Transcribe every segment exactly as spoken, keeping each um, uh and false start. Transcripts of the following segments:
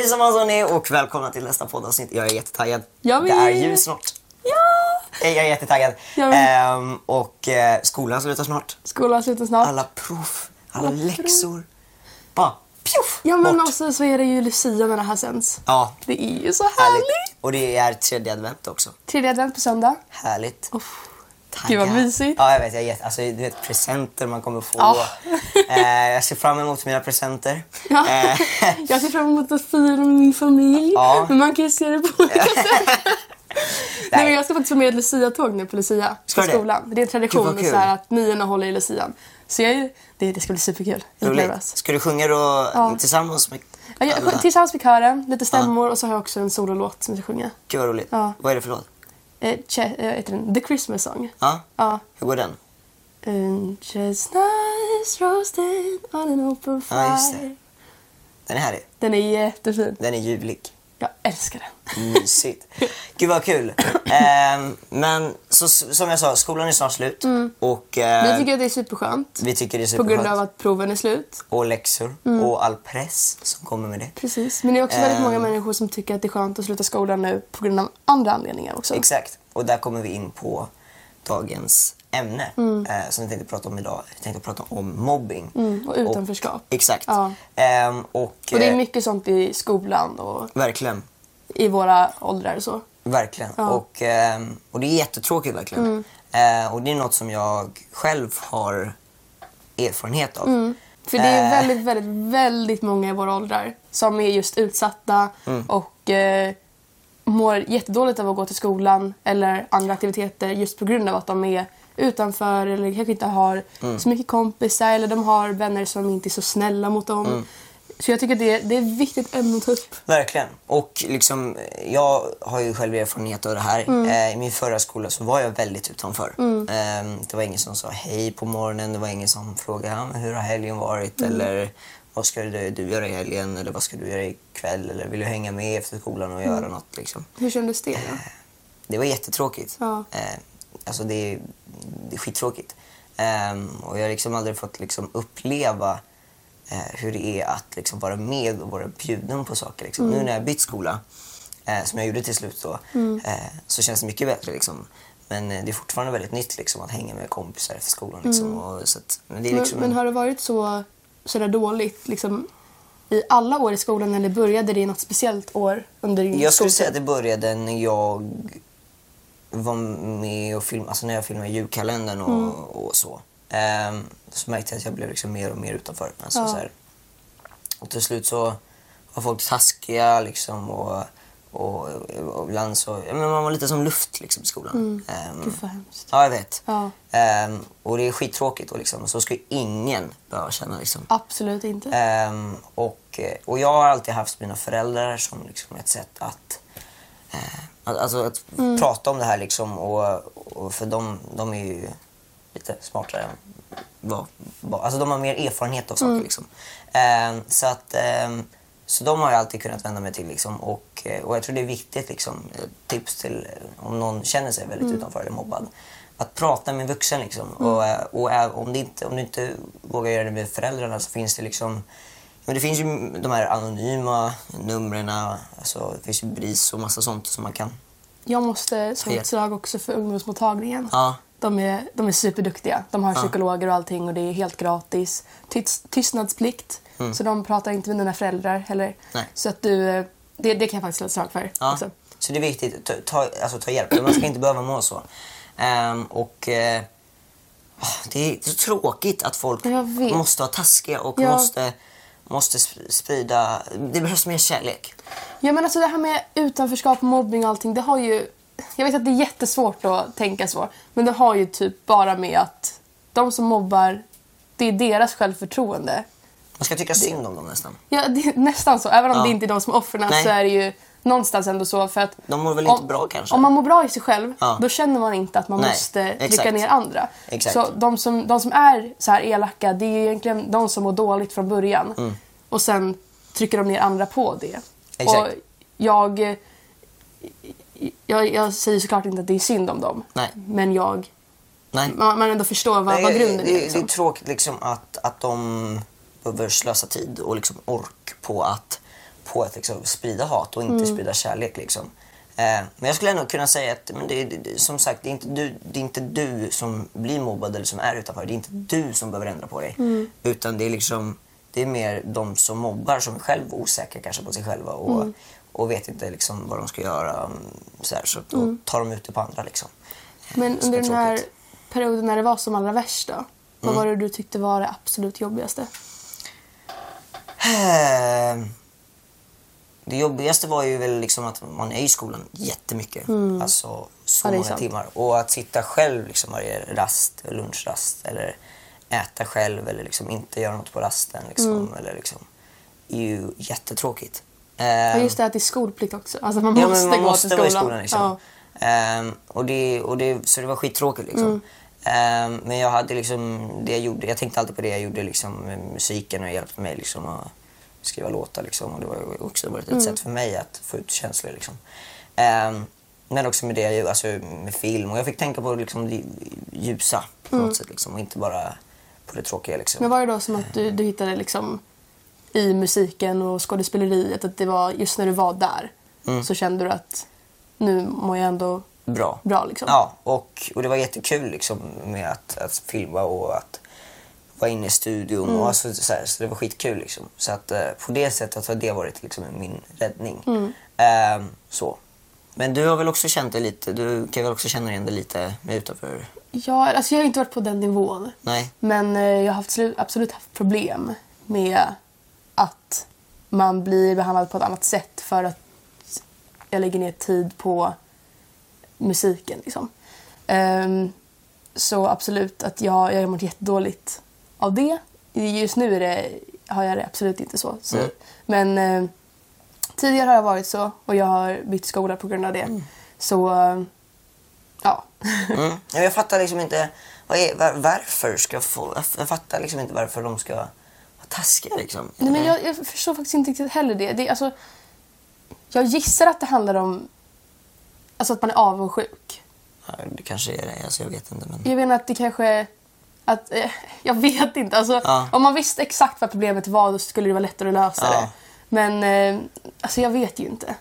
allesammans hörni och välkomna till nästa poddavsnitt. Jag är jättetaggad. Jag det är jul snart. Ja! Jag är jättetaggad. Ehm, och eh, skolan slutar snart. Skolan slutar snart. Alla prov, alla, alla läxor. Prov. Bara pjuff, ja, men bort. också så är det ju Lucia när det här sänds. Ja. Det är ju så härligt. härligt. Och det är tredje advent också. Tredje advent på söndag. Härligt. Oh. Gud vad mysigt. Ja, jag vet. Jag vet. Alltså, du vet, presenter man kommer få. Oh. eh, jag ser fram emot mina presenter. Ja. Eh. Jag ser fram emot att fira med min familj. Ja. Men man kan ju se det på olika sätt. Nej, men jag ska faktiskt vara med i ett Lucia-tåg nu på Lucia på skolan. Det, det är en tradition Gud, så här, att niorna håller i Lucian. Så jag, det, det ska bli superkul. Ska du sjunga då ja. tillsammans med ja, jag, Tillsammans med kören, lite stämmor ja. och så har jag också en sololåt som jag ska sjunga. Gud vad roligt. Ja. Vad är det för låt? Eh, che, äh, heter den? The Christmas Song. Ja. ja. Hur går den? And chestnuts roasted on an open fire. Ja, just det. Den är härlig. Den är jättefin. Den är ljuvlig. Jag älskar den. Mysigt. Gud vad kul. eh, men så, som jag sa, skolan är snart slut. Mm. Och, eh, vi tycker att det är superskönt. Vi tycker det är superskönt. På grund av att proven är slut. Och läxor. Mm. Och all press som kommer med det. Precis. Men det är också eh, väldigt många människor som tycker att det är skönt att sluta skolan nu på grund av andra anledningar också. Exakt. Och där kommer vi in på dagens ämne mm. eh, som vi tänkte prata om idag. Vi tänkte prata om mobbing. Mm, och utanförskap. Och, exakt. Ja. Eh, och, och det är mycket sånt i skolan och verkligen. I våra åldrar och så. Verkligen. Ja. Och, eh, och det är jättetråkigt verkligen. Mm. Eh, och det är något som jag själv har erfarenhet av. Mm. För det är väldigt, väldigt, väldigt många i våra åldrar som är just utsatta mm. och eh, mår jättedåligt av att gå till skolan eller andra aktiviteter just på grund av att de är utanför eller kanske inte har mm. så mycket kompisar eller de har vänner som inte är så snälla mot dem. Mm. Så jag tycker att det, det är viktigt ämne att ta upp. Verkligen. Och liksom, jag har ju själv erfarenhet av det här. Mm. Eh, I min förra skola så var jag väldigt utanför. Mm. Eh, det var ingen som sa hej på morgonen. Det var ingen som frågade ja, men hur har helgen varit? Mm. Eller vad ska du, du göra i helgen? Eller vad ska du göra ikväll? Eller vill du hänga med efter skolan och mm. göra något? Liksom. Hur kändes det då? Eh, det var jättetråkigt. Ja. Eh, alltså det, det är skittråkigt. Eh, och jag har liksom aldrig fått liksom uppleva Eh, hur det är att liksom vara med och vara bjuden på saker. Liksom. Mm. Nu när jag bytt skola, eh, som jag gjorde till slut då, mm. eh, så känns det mycket bättre. Liksom. Men eh, det är fortfarande väldigt nytt liksom, att hänga med kompisar efter skolan. Liksom. Mm. Och, så att, men, det är liksom... men, men har det varit så, så där dåligt liksom, i alla år i skolan eller började det i något speciellt år under din Jag skulle skoltid? säga att det började när jag var med och filmade, alltså när jag filmade julkalendern och, mm. och så. Um, så märkte jag att jag blev liksom mer och mer utanför. Alltså, ja. så här. Och till slut så var folk taskiga liksom, och, och, och ibland så... Ja, men man var lite som luft liksom, i skolan. Mm. Um, Gud vad hemskt. Ja, jag vet. Ja. Um, och det är skittråkigt. Och, liksom, och så ska ju ingen behöva känna. Liksom. Absolut inte. Um, och, och jag har alltid haft mina föräldrar som liksom, ett sätt att... Uh, alltså att mm. prata om det här liksom, och, och för dem, de är ju lite smartare än vad, vad, alltså de har mer erfarenhet av saker mm. liksom. Um, så att um, så de har jag alltid kunnat vända mig till liksom, och, och jag tror det är viktigt liksom, tips till om någon känner sig väldigt mm. utanför eller mobbad, att prata med en vuxen liksom. Mm. och, och om, det inte, om du inte vågar göra det med föräldrarna så finns det liksom, men det finns ju de här anonyma numren, alltså det finns ju BRIS och massa sånt som man kan. Jag måste slå ett slag också för ungdomsmottagningen. Ja. De är, de är superduktiga. De har ja. psykologer och allting och det är helt gratis. Tys, tystnadsplikt. Mm. Så de pratar inte med dina föräldrar heller. Nej. Så att du, det, det kan jag faktiskt slå ett slag för. Ja. Också. Så det är viktigt. Ta, ta, alltså, ta hjälp. Man ska inte behöva må så. Um, och uh, det är så tråkigt att folk måste vara taskiga och ja. måste... måste sprida, det behövs mer kärlek. Ja, men alltså det här med utanförskap, mobbing och allting, det har ju, jag vet att det är jättesvårt att tänka så, men det har ju typ bara med att de som mobbar, det är deras självförtroende. Man ska tycka synd om dem nästan. Ja, det är nästan så, även om ja. det inte är de som offren, så är det ju någonstans ändå så, för att de mår väl om, inte bra kanske. Om man mår bra i sig själv, ja. då känner man inte att man Nej, måste trycka exakt. ner andra. Exakt. Så de som, de som är så här elaka, det är ju egentligen de som mår dåligt från början. Mm. Och sen trycker de ner andra på det. Exakt. Och jag, jag, jag säger såklart inte att det är synd om dem. Nej. Men jag... Nej. Man, man ändå förstår vad, Nej, vad grunden det, är. Liksom. Det är tråkigt liksom att, att de behöver slösa tid och liksom ork på att på att liksom, sprida hat och inte mm. sprida kärlek liksom. Eh, men jag skulle ändå kunna säga att men det, det, som sagt, det är, inte du, det är inte du som blir mobbad eller som är utanför. Det är inte du som behöver ändra på dig. Mm. Utan det är liksom, det är mer de som mobbar som är själv osäkra kanske på sig själva och, mm. och vet inte liksom vad de ska göra. Så, här, så då mm. tar de ut det på andra liksom. Men under den här perioden när det var som allra värst då, vad mm. var det du tyckte var det absolut jobbigaste? Det jobbigaste var ju väl liksom att man är i skolan jättemycket. Mm. Alltså så ja, många sant. timmar. Och att sitta själv liksom varje rast, lunchrast eller äta själv eller liksom inte göra något på rasten liksom, mm. eller liksom, är ju jättetråkigt. Ja, just det, att det är skolplikt också. Alltså man måste, ja, man gå måste till vara skolan. i skolan liksom. Ja. Um, och det, och det, så det var skittråkigt liksom. Mm. Um, men jag hade liksom det jag gjorde, jag tänkte alltid på det jag gjorde liksom med musiken och hjälpte mig liksom att skriva låtar liksom, och det var också varit ett mm. sätt för mig att få ut känslor liksom. Um, men också med det jag alltså med film, och jag fick tänka på liksom det ljusa på mm. något sätt liksom, och inte bara på det tråkiga liksom. Men var det då som att du, du hittade liksom i musiken och skådespeleriet, att det var just när du var där mm. så kände du att nu mår jag ändå bra, bra liksom. Ja, och, och det var jättekul liksom med att, att filma och att vara inne i studion mm. och alltså, så, här, så det var skitkul liksom. Så att eh, på det sättet har det varit liksom min räddning. Mm. Eh, så. Men du har väl också känt det lite, du kan väl också känna igen det lite med utanför? Ja, alltså jag har inte varit på den nivån. Nej. Men eh, jag har haft, absolut haft problem med att man blir behandlad på ett annat sätt för att jag lägger ner tid på musiken liksom. Um, så absolut att jag, jag har mått jättedåligt av det. Just nu är det, har jag det absolut inte så. så. Mm. Men uh, tidigare har jag varit så, och jag har bytt skola på grund av det. Mm. Så uh, ja. mm. Jag fattar liksom inte vad är, var, varför ska jag få, jag fattar liksom inte varför de ska vara taskiga liksom. Nej, men jag, jag förstår faktiskt inte riktigt heller det. det alltså, jag gissar att det handlar om alltså att man är avundsjuk. Ja, det kanske är det, alltså jag vet inte. Men... Jag vet att det kanske... Att, eh, jag vet inte. Alltså, ja. Om man visste exakt vad problemet var, då skulle det vara lättare att lösa ja. det. Men eh, alltså jag vet ju inte.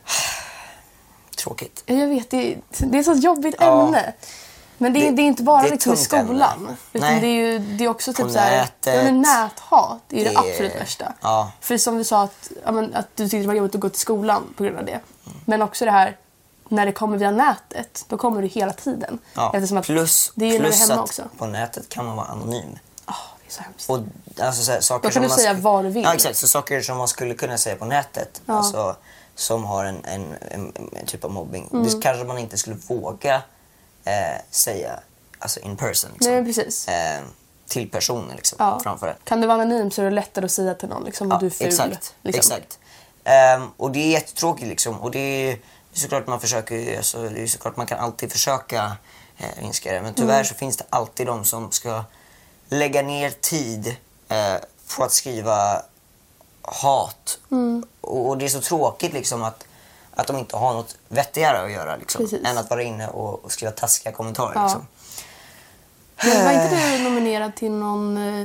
Tråkigt. Jag vet, det, det är ett så jobbigt ja. ämne. Men det, det, det är inte bara det är liksom i skolan. Ämne. Utan det är ju det är också typ så här, ja, näthat. Det är det, det absolut värsta. Ja. För som du sa, att, ja, men, att du tyckte det var jobbigt att gå till skolan på grund av det. Mm. Men också det här, när det kommer via nätet, då kommer det hela tiden. Ja. Att plus det är plus hemma att också. På nätet kan man vara anonym. Oh, det är så hemskt. Och, alltså, så här, saker då kan du man säga vad du vill. Ja, exakt. Så saker som man skulle kunna säga på nätet, ja. alltså, som har en, en, en, en typ av mobbing. Mm. Det kanske man inte skulle våga eh, säga alltså in person. Liksom. Nej, precis. Eh, till personen liksom, ja. framför det. Kan du vara anonym så är det lättare att säga till någon liksom, ja, att du är ful. Exakt, liksom. exakt. Um, och det är jättetråkigt liksom. Och det är, det är såklart man försöker, alltså, det är såklart man kan alltid försöka eh, minska det. Men tyvärr mm. så finns det alltid de som ska lägga ner tid eh, på att skriva hat. Mm. Och, och det är så tråkigt liksom att, att de inte har något vettigare att göra liksom, än att vara inne och, och skriva taskiga kommentarer. Ja. Liksom. Men var inte du nominerad till någon eh,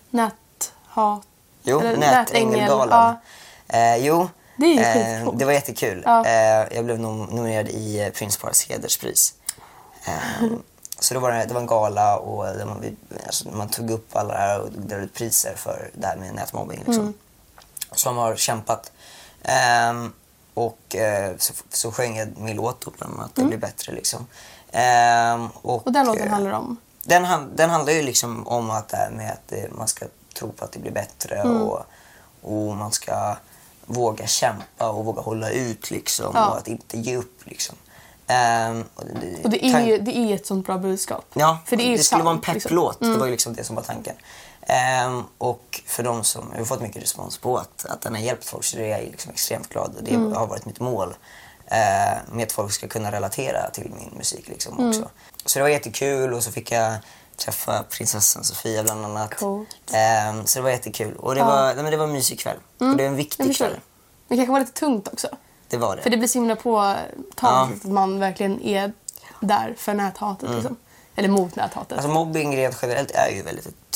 näthat? Jo, Nätängelgalan. Ja. Eh, jo, det, är eh, det var jättekul. Ja. Eh, jag blev nom- nominerad i eh, Prinsparets hederspris. Eh, så det var, det var en gala och där man, alltså, man tog upp alla det här och delade ut priser för det här med nätmobbing. Liksom. Mm. Som har kämpat. Eh, och eh, så, så sjöng jag min låt upp om att det mm. blir bättre. Liksom. Eh, och, och den låten handlar om? Den, den handlar ju liksom om att det här med att det, man ska tro på att det blir bättre mm. och, och man ska våga kämpa och våga hålla ut liksom, ja. och att inte ge upp liksom. Um, och det, och det är ju det är ett sånt bra budskap. Ja, för det, är det ju skulle sant, vara en pepplåt. liksom. Mm. Det var ju liksom det som var tanken. Um, och för de som jag har fått mycket respons på att, att den har hjälpt folk, så det är jag liksom extremt glad. Det mm. har varit mitt mål uh, med att folk ska kunna relatera till min musik liksom, mm. också. Så det var jättekul, och så fick jag träffa prinsessan Sofia bland annat. Coolt. Um, så det var jättekul. Och det, ja. var, nej, men det var en mysig kväll. Mm. Och det är en viktig kväll. Det kanske var lite tungt också. Det var det. För det blir så himla påtagligt ja. att man verkligen är där för näthatet. Mm. Liksom. Eller mot näthatet. Alltså mobbing rent generellt är ju väldigt ett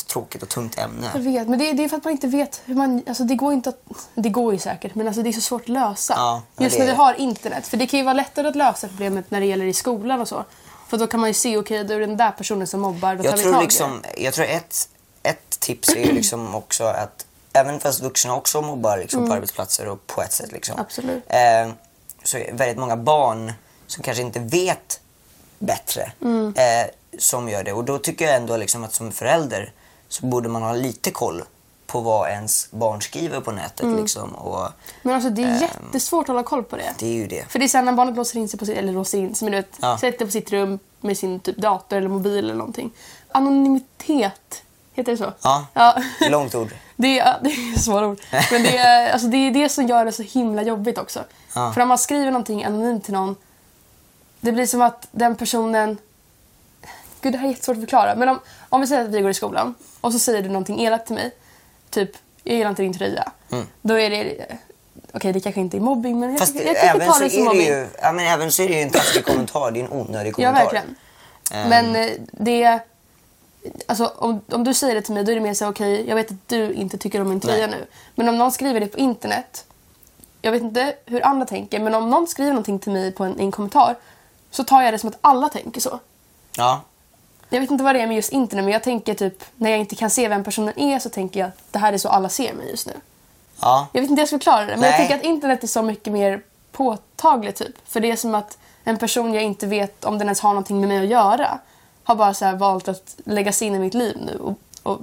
tråkigt och tungt ämne. Jag vet, men det, det är för att man inte vet hur man... Alltså det går inte att... Det går ju säkert, men alltså det är så svårt att lösa. Ja, Just det... när vi har internet. För det kan ju vara lättare att lösa problemet när det gäller i skolan och så. För då kan man ju se, okej, okay, då är det den där personen som mobbar. Då jag, tar tror vi tag liksom, jag tror ett, ett tips är ju liksom också att även fast vuxna också mobbar liksom mm. på arbetsplatser och på ett sätt liksom. Absolut. Eh, så är det väldigt många barn som kanske inte vet bättre mm. eh, som gör det. Och då tycker jag ändå liksom att som förälder så borde man ha lite koll på vad ens barn skriver på nätet. Mm. Liksom, och, men alltså det är eh, jättesvårt att hålla koll på det. Det är ju det. För det är sen när barnet låser in sig på sitt, eller låser in, som du vet, ja. sätter på sitt rum med sin typ dator eller mobil eller någonting. Anonymitet, heter det så? Ja, ja. långt ord. Det är, det är svåra ord. Men det är, alltså det är det som gör det så himla jobbigt också. Ja. För när man skriver någonting anonymt till någon, det blir som att den personen... Gud, det här är jättesvårt att förklara. Men om, om vi säger att vi går i skolan och så säger du någonting elakt till mig. Typ, jag gillar inte din tröja. Mm. Då är det... Okej, okay, det kanske inte är mobbing, men jag, Fast jag, jag kan även ta så det som är mobbing. Det ju, ja, men även så är det ju en taskig kommentar. Det är en onödig kommentar. Ja, verkligen. Um. Men det... Alltså, om, om du säger det till mig, då är det mer så okej, okay, jag vet att du inte tycker om min tröja nu. Men om någon skriver det på internet, jag vet inte hur andra tänker, men om någon skriver någonting till mig på en, en kommentar, så tar jag det som att alla tänker så. Ja. Jag vet inte vad det är med just internet, men jag tänker typ, när jag inte kan se vem personen är, så tänker jag att det här är så alla ser mig just nu. Ja. Jag vet inte hur jag ska förklara det, men Nej. jag tänker att internet är så mycket mer påtagligt typ. För det är som att en person jag inte vet om den ens har någonting med mig att göra har bara så här valt att lägga sig in i mitt liv nu och, och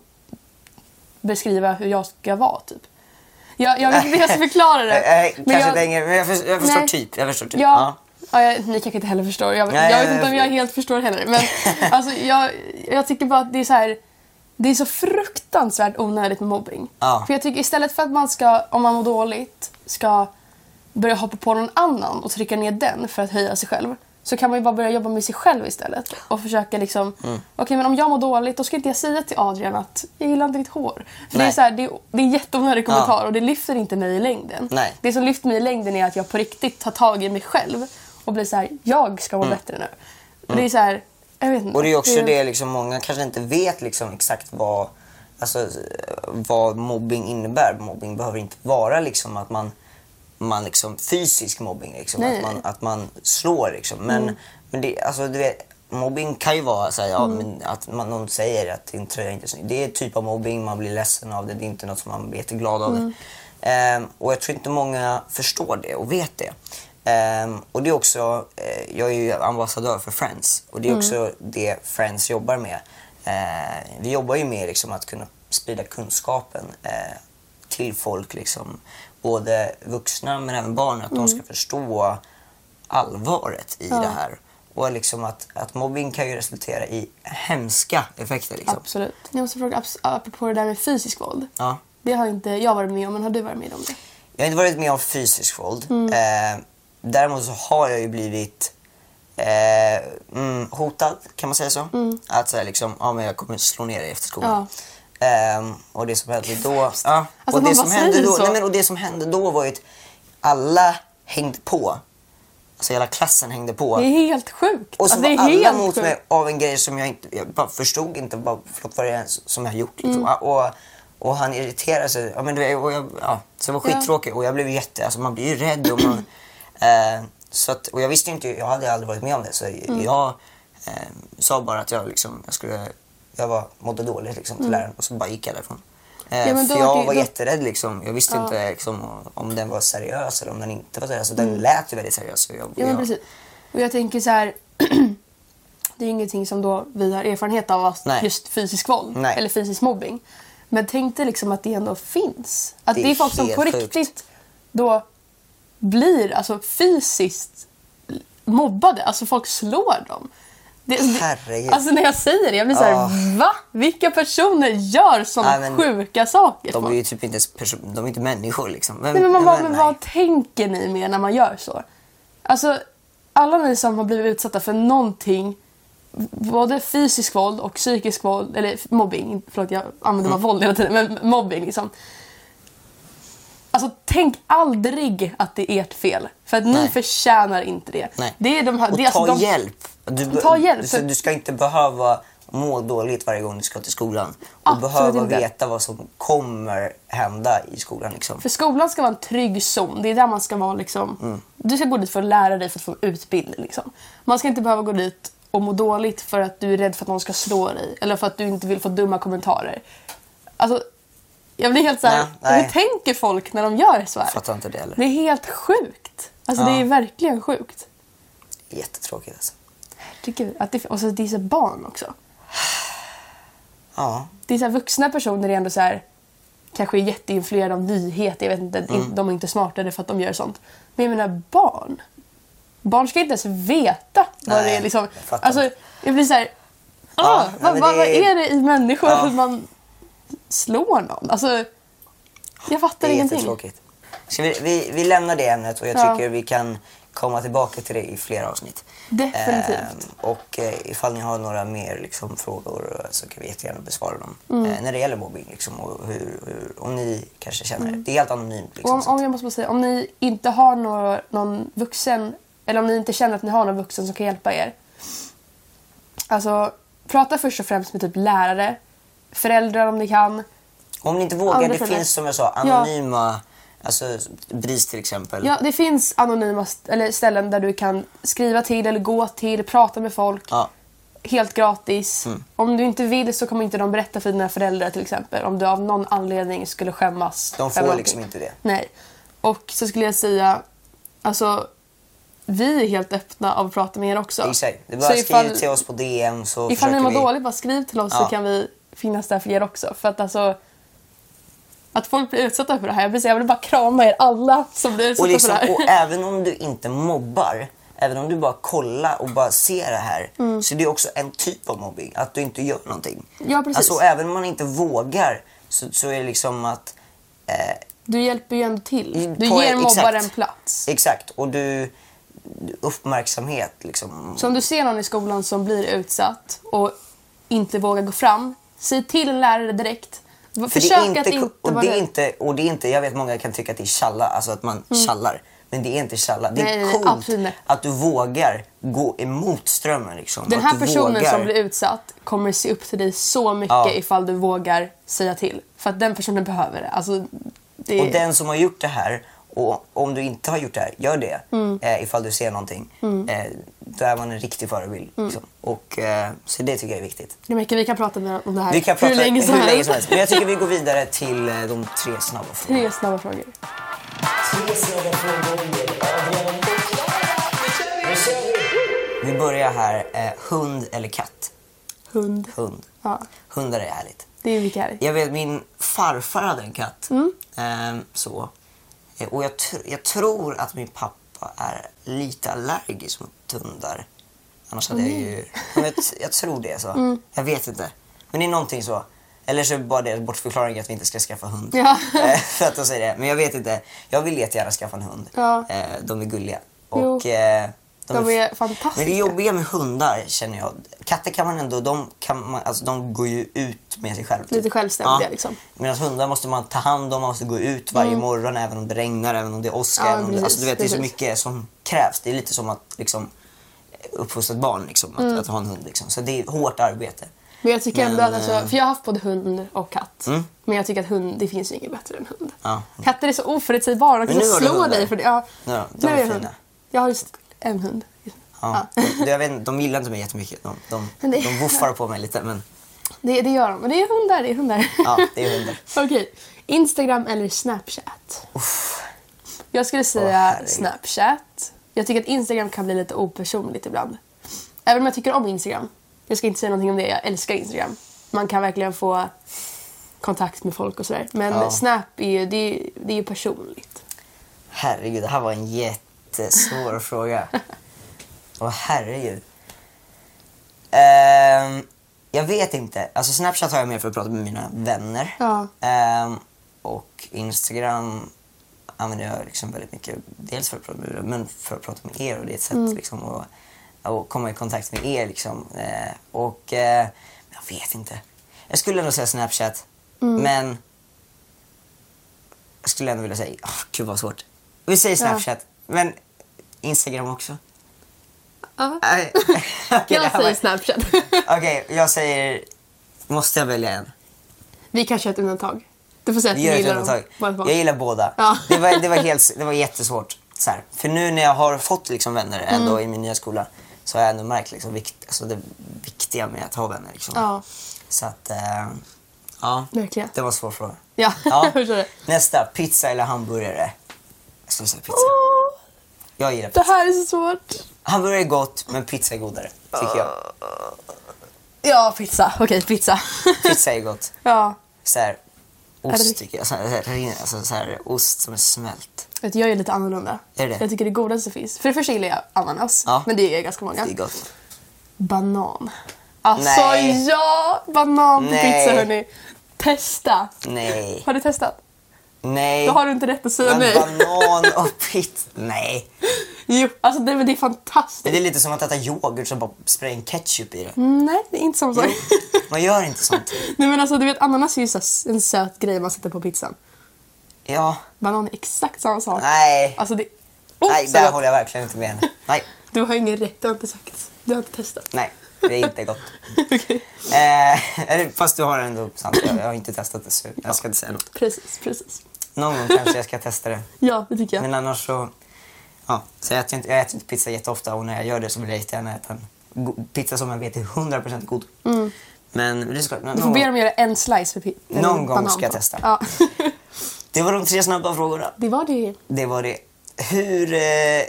beskriva hur jag ska vara typ. Jag, jag vet inte hur jag ska förklara det. Nej, men kanske jag, längre, men jag förstår, jag förstår typ. Jag förstår typ. Ja, ja. Ja, jag, ni kanske inte heller förstår. Jag, Nej, jag vet inte om jag helt förstår heller. Men alltså, jag, jag tycker bara att det är så här... Det är så fruktansvärt onödigt med mobbing. Ja. För jag tycker istället för att man ska, om man mår dåligt, ska börja hoppa på någon annan och trycka ner den för att höja sig själv, så kan man ju bara börja jobba med sig själv istället. Och försöka liksom, mm. okej okay, men om jag mår dåligt, då ska inte jag säga till Adrian att jag gillar inte ditt hår. För det är, så här, det, är, det är en jätteonödig kommentar ja. Och det lyfter inte mig i längden. Nej. Det som lyfter mig i längden är att jag på riktigt tar tag i mig själv och blir så här, jag ska må mm. bättre nu. Och mm. det är så här, jag vet inte. Och det är också det, det liksom, många kanske inte vet liksom exakt vad, alltså, vad mobbing innebär. Mobbing behöver inte vara liksom att man man liksom fysisk mobbing liksom, att man att man slår liksom, men mm. men det, alltså du vet, mobbing kan ju vara så här, ja, mm. men att man någon säger att din tröja inte är snygg. Det är typ av mobbing, man blir ledsen av det, det är inte något som man blir jätteglad av. Mm. Um, och jag tror inte många förstår det och vet det. Um, och det är också uh, jag är ju ambassadör för Friends och det är också mm. det Friends jobbar med. Uh, vi jobbar ju med liksom att kunna sprida kunskapen uh, till folk liksom, både vuxna men även barn, att mm. de ska förstå allvaret i ja. det här. Och liksom att, att mobbing kan ju resultera i hemska effekter. Liksom. Absolut. Jag måste fråga, apropå det där med fysisk våld. Ja. Det har inte jag varit med om, men har du varit med om det? Jag har inte varit med om fysisk våld. Mm. Eh, däremot så har jag ju blivit eh, mm, hotad, kan man säga så? Mm. Att säga liksom, ja men jag kommer slå ner dig efter skolan. Ja. Um, och det som hände då, ja, alltså, och det som hände då, nej, men, och det som hände då var ju att alla hängde på. Alltså hela klassen hängde på. Det är helt sjukt. Och så alltså, var det är alla helt mot sjukt. mig av en grej som jag inte, jag bara förstod inte, bara, förlåt vad det är som jag har gjort liksom. Mm. och, och han irriterade sig, ja, men det, och jag, ja, så det var skittråkigt ja. Och jag blev jätte, alltså man blir ju rädd och man, eh, så att, och jag visste inte, jag hade aldrig varit med om det, så mm. jag eh, sa bara att jag liksom, jag skulle jag var, mådde dåligt liksom, till mm. läraren och så bara gick jag därifrån. Eh, ja, för jag det, var då... jätterädd liksom. Jag visste ja. inte liksom, om den var seriös eller om den inte var seriös. Mm. Den lät ju väldigt seriös. Jag, ja, men jag... precis. Och jag tänker så här, det är ingenting som då vi har erfarenhet av, Nej. just fysisk våld Nej. eller fysisk mobbing. Men tänk dig liksom att det ändå finns. Att det är, det är folk som på sjukt. riktigt då blir alltså fysiskt mobbade. Alltså folk slår dem. Det, Herregud. Alltså när jag säger det, jag blir såhär, oh. va? Vilka personer gör sådana nej, sjuka saker? De är ju typ inte, person- de är inte människor liksom. Vem, nej, men man bara, men nej. vad tänker ni med när man gör så? Alltså, alla ni som har blivit utsatta för någonting, både fysisk våld och psykisk våld, eller mobbing, förlåt jag använder bara mm. våld hela tiden, men mobbing liksom. Alltså tänk aldrig att det är ert fel. För att ni Nej. förtjänar inte det. Nej. Det är de här, och det är ta alltså de, hjälp. Du, ta hjälp. Du, du ska inte behöva må dåligt varje gång du ska till skolan. Och Absolut behöva inte. veta vad som kommer hända i skolan. Liksom. För skolan ska vara en trygg zon. Det är där man ska vara liksom. Mm. Du ska gå dit för att lära dig, för att få utbildning liksom. Man ska inte behöva gå dit och må dåligt för att du är rädd för att någon ska slå dig. Eller för att du inte vill få dumma kommentarer. Alltså, jag blir helt så här. Nej, nej. Hur tänker folk när de gör så här? Jag fattar inte det heller. Det är helt sjukt. Alltså Ja. det är verkligen sjukt. Jättetråkigt alltså. Tycker att det, och så det är så barn också. Ja. Det är så här, vuxna personer är ändå så här, kanske är jätteinfluerade av nyheter. Jag vet inte, Mm. de är inte smartare för att de gör sånt. Men jag menar barn. Barn ska inte ens veta vad Nej, det är liksom. jag fattar Alltså, inte. jag blir så här, Ja, ah, nej, vad, men vad, det vad är- är det i människor Ja. att man slår någon? Alltså, jag fattar Det är ingenting. jättetråkigt. Ska vi, vi, vi lämnar det ämnet och jag Ja. tycker vi kan komma tillbaka till det i flera avsnitt. Definitivt. Ehm, och eh, ifall ni har några mer liksom, frågor så kan vi jättegärna besvara dem. Mm. Eh, när det gäller mobbing liksom, och hur, hur, om ni kanske känner det. Det är helt anonymt. Och Liksom, om, så att- om jag måste bara säga, om ni inte har någon, någon vuxen, eller om ni inte känner att ni har någon vuxen som kan hjälpa er. Alltså, prata först och främst med typ lärare, föräldrar om ni kan. Om ni inte vågar, Andra det föräldrar. finns som jag sa anonyma, alltså B R I S till exempel. Ja, det finns anonyma st- eller ställen där du kan skriva till eller gå till, prata med folk. Ja. Helt gratis. Mm. Om du inte vill så kommer inte de berätta för dina föräldrar till exempel. Om du av någon anledning skulle skämmas. De över får någonting. liksom inte det. Nej. Och så skulle jag säga, alltså, vi är helt öppna av att prata med er också. Exakt. Det är Så bara ifall- skriv till oss på D M så Ifall ni försöker mår vi... dåligt, bara skriv till oss Ja. så kan vi finnas där för er också. För att alltså, att folk blir utsatta för det här. Jag vill, säga, jag vill bara krama er alla som blir utsatta Och, liksom, för det här. och även om du inte mobbar, även om du bara kollar och bara ser det här, Mm. så det är också en typ av mobbing, att du inte gör någonting. Ja, precis. Alltså även om man inte vågar så, så är det liksom att... Eh, Du hjälper ju ändå till. Du på- ger mobbaren exakt. plats. Exakt, och du... Uppmärksamhet liksom. Så om du ser någon i skolan som blir utsatt och inte vågar gå fram, säg till en lärare direkt. För Försök det är inte, att inte och vara det är rädd. inte, och det är inte, jag vet många kan tycka att det är tjalla, alltså att man tjallar. Men det är inte tjalla. Det är Nej, nej, coolt absolut inte. att du vågar gå emot strömmen. Liksom. Den Att här du personen vågar. som blir utsatt kommer se upp till dig så mycket Ja. ifall du vågar säga till. För att den personen behöver det. Alltså, det Och den som har gjort det här, och om du inte har gjort det här, gör det. Mm. Eh, ifall du ser någonting. Eh, då är man en riktig förebild. Mm. Liksom. Och, eh, så det tycker jag är viktigt. Det märker, vi kan prata med om det här Vi kan prata hur länge som hur länge helst. som helst. Men jag tycker vi går vidare till eh, de tre snabba frågorna. Tre snabba frågor. Tre snabba frågor med Adrian. Nu kör vi! Vi börjar här. Eh, hund eller katt? Hund. Hund. Ja, Hundar är härligt. det är mycket härligt. Jag vet, min farfar hade en katt. Mm. Ehm, så. Eh, Och jag, tr- jag tror att min pappa är lite allergisk mot hundar. Annars hade jag ju... Men jag, t- jag tror det så. Mm. Jag vet inte. Men det är någonting så. Eller så är det bara det bortförklaring att vi inte ska skaffa hund. Ja. Eh, för att de säger det. Men jag vet inte. Jag vill jättegärna skaffa en hund. Ja. Eh, de är gulliga. Jo. Och, eh, De är f- fantastiska. Men det jobbiga med hundar känner jag. Katter kan man ändå, de, kan man, alltså, de går ju ut med sig själv. typ. Lite självständiga, liksom. Medan hundar måste man ta hand om, man måste gå ut varje morgon även om det regnar, även om det är åska. Ja, även om det, precis, alltså, du vet, det är så precis. mycket som krävs. Det är lite som att liksom, uppfostra ett barn, liksom, att, Mm. att ha en hund. Liksom. Så det är hårt arbete. Men jag tycker ändå Men, att, alltså, eh, för jag har haft både hund och katt. Mm. Men jag tycker att hund, det finns ju inget bättre än hund. Ja. Katter är så oförutsägbara, de Men kan nu har du slå hundar. dig för det. Ja, Nu då, de nu är jag fina. hund. Jag har just en hund. Ja. Ja. De, jag vet, inte, de gillar inte mig jättemycket. De, de, Men det- de woffar på mig lite, men Det, det gör de. Men det är hundar, det är hundar. ja, det är hundar. Okej. Instagram eller Snapchat? Jag skulle Åh, säga herregud. Snapchat. Jag tycker att Instagram kan bli lite opersonligt ibland. Även om jag tycker om Instagram. Jag ska inte säga någonting om det. Jag älskar Instagram. Man kan verkligen få kontakt med folk och sådär. Men Ja. Snap är ju, det är, det är ju personligt. Herregud, det här var en jättesvår fråga. Åh herregud. Ehm, jag vet inte. Alltså Snapchat har jag mer för att prata med mina vänner. Ja. Ehm, och Instagram använder jag liksom väldigt mycket. Dels för att prata med men för att prata med er. Och det är ett sätt liksom att, att komma i kontakt med er. Liksom. Ehm, och eh, jag vet inte. Jag skulle ändå säga Snapchat. Men jag skulle ändå vilja säga, oh, gud vad svårt. Vi säger Snapchat, men Instagram också. Ja. Nej. Okej, det Jag här säger var- Snapchat. Okej, jag säger... Måste jag välja en? Vi kan köra ett undantag. Du får säga att Vi du gör ett gillar dem. undantag. båda två. Jag gillar båda. Ja. Det, var, det, var helt, det var jättesvårt. Så här. För nu när jag har fått liksom vänner ändå Mm. i min nya skola så har jag ändå märkt liksom, vikt, alltså det viktiga med att ha vänner. Liksom. Ja, Så att, eh, ja, verkligen. det var en svår fråga. Ja, Ja. jag förstår det. Nästa, pizza eller hamburgare? Jag skulle säga pizza. Åh, Jag gillar det pizza. här är så svårt. Hamburgare är gott, men pizza är godare, tycker jag. Ja, pizza. Okej, pizza. Pizza är gott. Ja. Så här, Är ost det- tycker jag. Så här, alltså, så här, ost som är smält. Vet du, jag är lite annorlunda. Är det? Jag tycker det godaste finns. För det första gillar jag ananas. Ja. Men det är ganska många. Det är gott. Banan. Alltså Nej. ja! Banan på Nej. pizza hörni. Testa. Nej. Har du testat? Nej. Då har du inte rätt att säga Men nej. banan och pizza. Nej. Jo, alltså det, men det är fantastiskt. Det är lite som att äta yoghurt som bara sprayar in ketchup i det. Nej, det är inte samma sak. Man gör inte sånt. Nej men alltså du vet ananas är ju så här en söt grej man sätter på pizzan. Ja. Banan är exakt samma sak. Nej. Alltså det oh, Nej, så där gott. håller jag verkligen inte med henne. Nej. Du har ingen rätt, du har inte sagt. Du har inte testat. Nej, det är inte gott. Okej. Eh, eller, fast du har ändå sant. Jag, jag har inte testat det så jag ska inte säga något. Precis, precis. Någon gång kanske jag ska testa det. Ja, det tycker jag. Men annars så... Ja, så jag äter, inte, jag äter inte pizza jätteofta och när jag gör det så vill jag jättegärna äta en go- pizza som jag vet är hundra procent god. Mm. Men det ska, Du någon, får be dem göra en slice för pi- eller Någon gång banan ska jag på. testa. Ja. det var de tre snabba frågorna. Det var det. Det var det. Hur... Eh,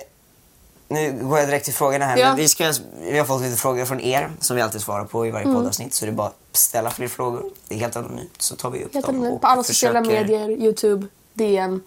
nu går jag direkt till frågorna här. Ja. Men vi, ska, vi har fått lite frågor från er som vi alltid svarar på i varje Mm. poddavsnitt. Så det är bara att ställa fler frågor. Det är helt anonymt. Så tar vi upp Helt dem. anonymt. och På alla sociala försöker- medier, Youtube, D M,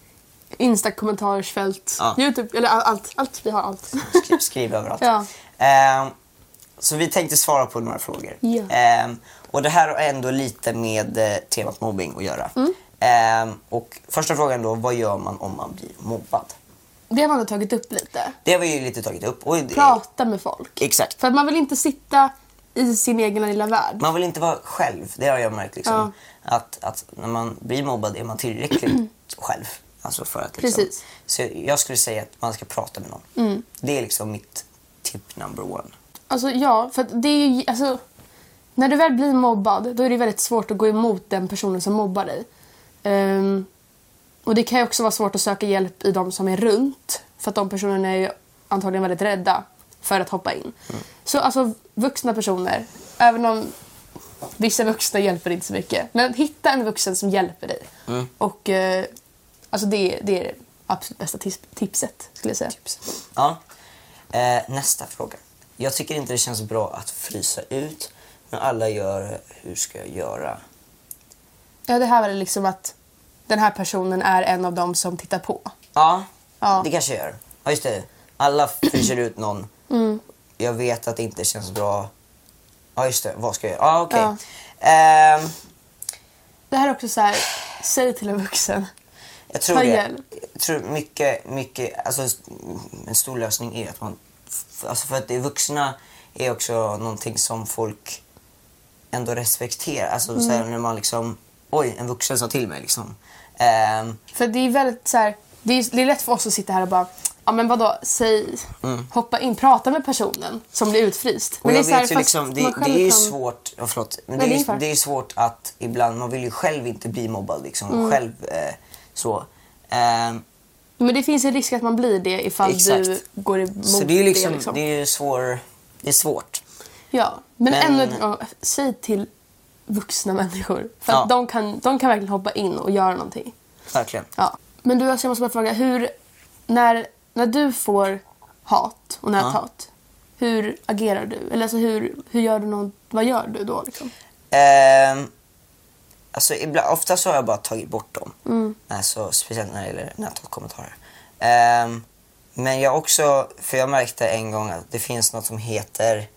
Insta-kommentarsfält, Ja. Youtube, eller all- allt. Allt, vi har allt. Skriv, skriv överallt. Ja. Ehm, så vi tänkte svara på några frågor. Ja. Ehm, och det här har ändå lite med eh, temat mobbing att göra. Mm. Ehm, och första frågan då, vad gör man om man blir mobbad? Det har man då tagit upp lite. Det har vi ju lite tagit upp. Och det, Prata med folk. Exakt. För att man vill inte sitta i sin egen lilla värld. Man vill inte vara själv, det har jag märkt. Liksom. Att, att när man blir mobbad är man tillräckligt själv. Alltså för att, liksom, Precis. så jag skulle säga att man ska prata med någon. Mm. Det är liksom mitt tip number one. Alltså ja, för att det är ju, alltså, när du väl blir mobbad då är det väldigt svårt att gå emot den personen som mobbar dig. Ehm, och det kan ju också vara svårt att söka hjälp i de som är runt. För att de personerna är ju antagligen väldigt rädda för att hoppa in. Mm. Så alltså vuxna personer, även om vissa vuxna hjälper inte så mycket. Men hitta en vuxen som hjälper dig. Mm. Och eh, alltså det, det är det absolut bästa tis- tipset skulle jag säga. Ja. Eh, nästa fråga. Jag tycker inte det känns bra att frysa ut. Men alla gör det. Hur ska jag göra? Ja, det här var det liksom att den här personen är en av dem som tittar på. Ja, Ja. det kanske jag gör. Ja, just det. Alla fryser ut någon. Mm. Jag vet att det inte känns bra. Ja, just det. Vad ska jag göra? Ja, okej. Ja. Ehm, Det här är också så här, säg till en vuxen. jag tror Ta det. hjälp. Jag tror mycket, mycket, alltså en stor lösning är att man, f- alltså för att det vuxna är också någonting som folk ändå respekterar. Alltså så Mm. här, när man liksom, oj, en vuxen sa till mig liksom. Ehm, För det är väldigt så här, det är, det är lätt för oss att sitta här och bara, ja men vadå, säg, hoppa in, prata med personen som blir utfryst. Mm. och Men jag det är så här, vet ju fast liksom, man det, själv det är ju kan- svårt, oh, förlåt, men Nej, det, det är är, ungefär. det är svårt att ibland, man vill ju själv inte bli mobbad liksom, Mm. själv eh, så. Ehm, Men det finns en risk att man blir det ifall Exakt. du går emot så det är ju liksom, det. Liksom. det är ju svår, det är svårt. Ja, men, Men- ännu en gång, säg till vuxna människor. För Ja. att de kan, de kan verkligen hoppa in och göra någonting. Verkligen. Ja. Men du, alltså, jag måste bara fråga, hur, när, när du får hat och näthat, hur agerar du? Eller alltså, hur, hur gör du något, vad gör du då liksom? Ehm, alltså ibland, ofta så har jag bara tagit bort dem. Mm. Alltså, speciellt när det gäller näthatkommentarer. Ehm, men jag också, för jag märkte en gång att det finns något som heter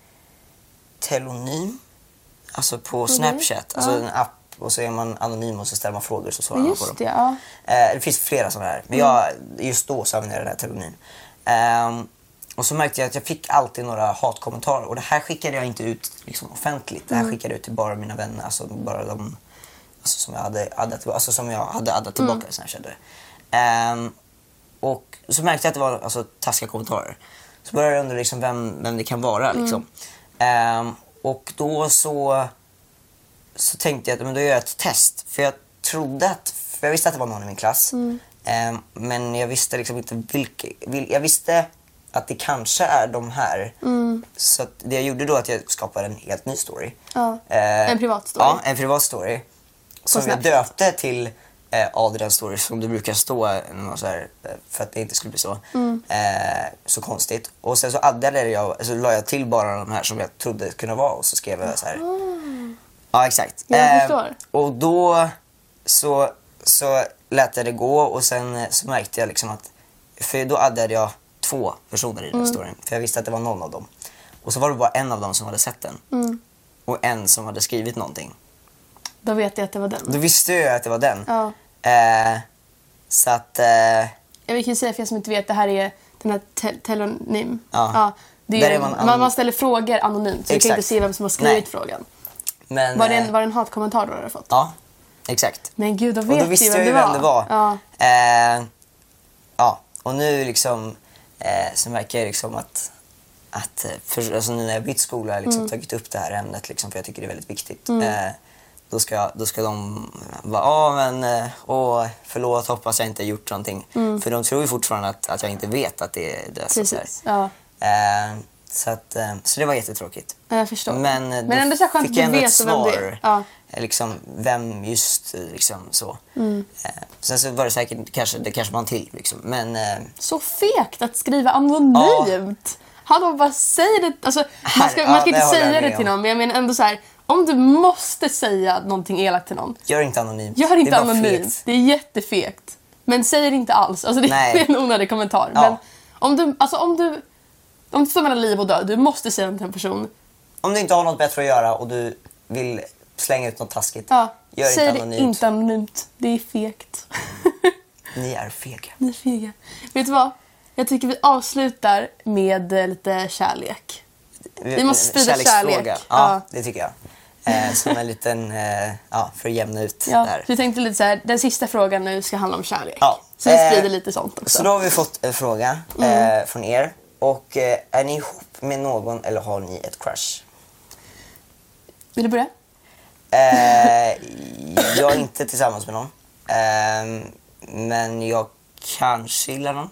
telonym. Alltså på Snapchat. Alltså ja. en app och så är man anonym och så ställer man frågor så svarar man på dem. Just det, ja. Eh, det finns flera sådana här. Men jag, just då så använde jag den här telonym. Ehm, och så märkte jag att jag fick alltid några hatkommentarer. Och det här skickade jag inte ut liksom, offentligt. Det här skickade jag ut till bara mina vänner. Alltså bara de alltså, som jag hade addat, alltså, som jag hade addat tillbaka i Snapchat. Ehm, och så märkte jag att det var alltså, taskiga kommentarer. så började jag undra liksom vem, vem det kan vara. Liksom. Mm. Um, och då så, så tänkte jag att men då gör jag ett test. För jag trodde att, för jag visste att det var någon i min klass. Mm. Um, men jag visste liksom inte vilka, vil, jag visste att det kanske är de här. Mm. Så att det jag gjorde då att jag skapade en helt ny story. Ja. Uh, en privat story. Ja, en privat story. Som jag döpte till eh, Adrian Story, som det brukar stå så här, för att det inte skulle bli så mm. eh, så konstigt. Och sen så addade jag, alltså, la jag till bara de här som jag trodde kunde vara och så skrev jag så här. Mm. Ja, exakt. Jag förstår. Eh, och då så, så lät jag det gå och sen så märkte jag liksom att, för då addade jag två personer i den mm. storyn. För jag visste att det var någon av dem. Och så var det bara en av dem som hade sett den. Mm. Och en som hade skrivit någonting. Då vet jag att det var den. Då visste jag att det var den. Ja. Eh, så att... Eh, jag vill säga för jag som inte vet, det här är den här te- telonym. Ja. Ja, det är, är man, man, man, man ställer frågor anonymt. Så du kan inte se vem som har skrivit Nej. frågan. Men, var, det en, var det en hatkommentar du hade fått? Ja, exakt. Men gud, då vet och då visste jag vem, jag ju det vem det var. Ja. Eh, ja, och nu liksom eh, så märker jag liksom att, att för, alltså nu när jag bytt skola har jag liksom mm. tagit upp det här ämnet liksom, för jag tycker det är väldigt viktigt. Mm. Eh, Då ska, då ska de vara, ja men, åh, förlåt, hoppas jag inte har gjort någonting. Mm. För de tror ju fortfarande att, att jag inte vet att det är det. Precis, ja. Eh, så, att, eh, så det var jättetråkigt. Jag förstår. Men, men ändå så skönt fick jag ändå vet ett svar, vem det ja. liksom, vem just liksom så. Mm. Eh, sen så var det säkert, kanske, det kanske var en till liksom. Men, eh, så fegt att skriva anonymt. Ja. Hallå, bara säg det. Alltså, man ska, Här, man ska ja, inte säga det till någon, men jag menar ändå så här. Om du måste säga någonting elakt till någon. Gör inte anonymt. Gör inte det är anonymt. Det är jättefegt. Men säg det inte alls. Alltså det Nej. är en onödig kommentar. Ja. Men om du, alltså om du, om du står mellan liv och död, du måste säga det till en person. Om du inte har något bättre att göra och du vill slänga ut något taskigt. Ja. Gör säg inte anonymt. Säg inte anonymt. Det är fegt. Ni är fega. Ni är fega. Vet du vad? Jag tycker vi avslutar med lite kärlek. Vi måste sprida kärlek. Ja, ja, det tycker jag. Eh, som en liten, eh, ja, för att jämna ut ja, där. Vi tänkte lite så här, den sista frågan nu ska handla om kärlek. Ja. Så vi sprider eh, lite sånt också. Så då har vi fått en fråga eh, mm. från er. Och eh, är ni ihop med någon eller har ni ett crush? Vill du börja? Eh, jag är inte tillsammans med någon. Eh, men jag kanske gillar någon.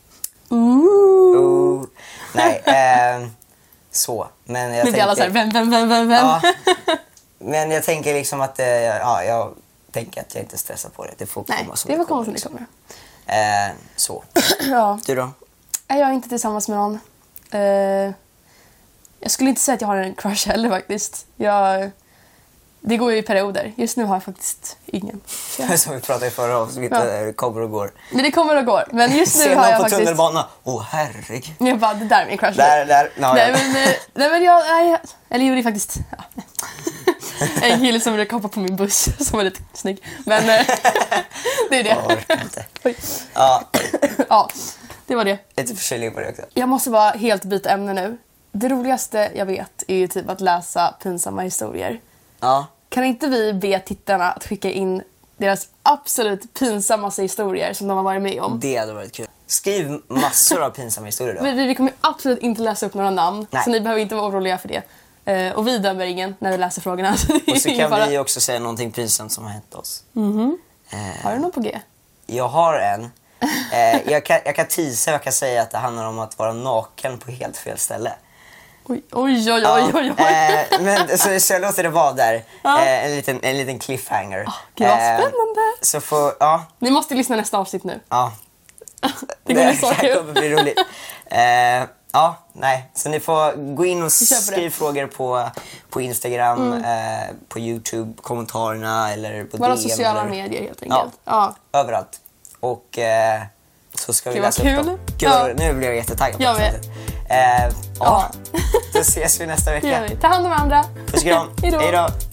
Ooh. Ooh. Nej, eh, så. Men jag nu blir tänker, alla så här, vem, vem, vem, vem, vem? Ja, men jag tänker liksom att, eh, ja, jag tänker att jag inte stressar på det. Det får komma. Nej, som det det får komma som det kommer. Eh, så. Ja. Du då? Jag är inte tillsammans med någon. Uh, jag skulle inte säga att jag har en crush heller faktiskt. Jag, det går ju i perioder. Just nu har jag faktiskt ingen. Ja. Som vi pratade i förra avsnittet, ja. kommer och går. Men det kommer och går. Men just nu har jag på faktiskt... tunnelbana. Åh, oh, herregud. Jag bara, det där är min crush. Där, där. No, nej, men, nej, men jag... Nej, eller jo, det är faktiskt... Ja. En kille som ville hoppa på min buss som var lite snygg. Men det är det. Jag orkar inte. Ja. Ja, det var det. Lite förkylning på det också. Jag måste bara helt byta ämne nu. Det roligaste jag vet är ju typ att läsa pinsamma historier. Ja. Kan inte vi be tittarna att skicka in deras absolut pinsammaste historier som de har varit med om? Det hade varit kul. Skriv massor av pinsamma historier då. Vi, vi kommer absolut inte läsa upp några namn. Nej. Så ni behöver inte vara oroliga för det. Uh, och vi dömer ingen när vi läser frågorna. Så och så kan fara. Vi också säga någonting pinsamt som har hänt oss. Mm-hmm. Uh, har du någon på G? Jag har en. uh, jag, kan, jag kan teasa, jag kan säga att det handlar om att vara naken på helt fel ställe. Oj, oj, oj, oj, oj. Ja, uh, men så, så jag låter det vara där. Ja. Uh, en, liten, en liten cliffhanger. Oh, gud, vad spännande. Uh, så får, ja. Ni måste lyssna nästa avsnitt nu. Ja. Det kommer bli så kul. Det kommer bli roligt. Uh, Ja, nej. Så ni får gå in och skriva frågor på, på Instagram, mm. eh, på YouTube, kommentarerna eller på våra D M. sociala eller... medier helt enkelt. Ja, ja. Överallt. Och eh, så ska vi läsa upp dem. Gud, ja. Nu blir jag jättetaggad. Jag vet. Eh, ja, då ses vi nästa vecka. Ta hand om andra. Puss och kram. Hej då.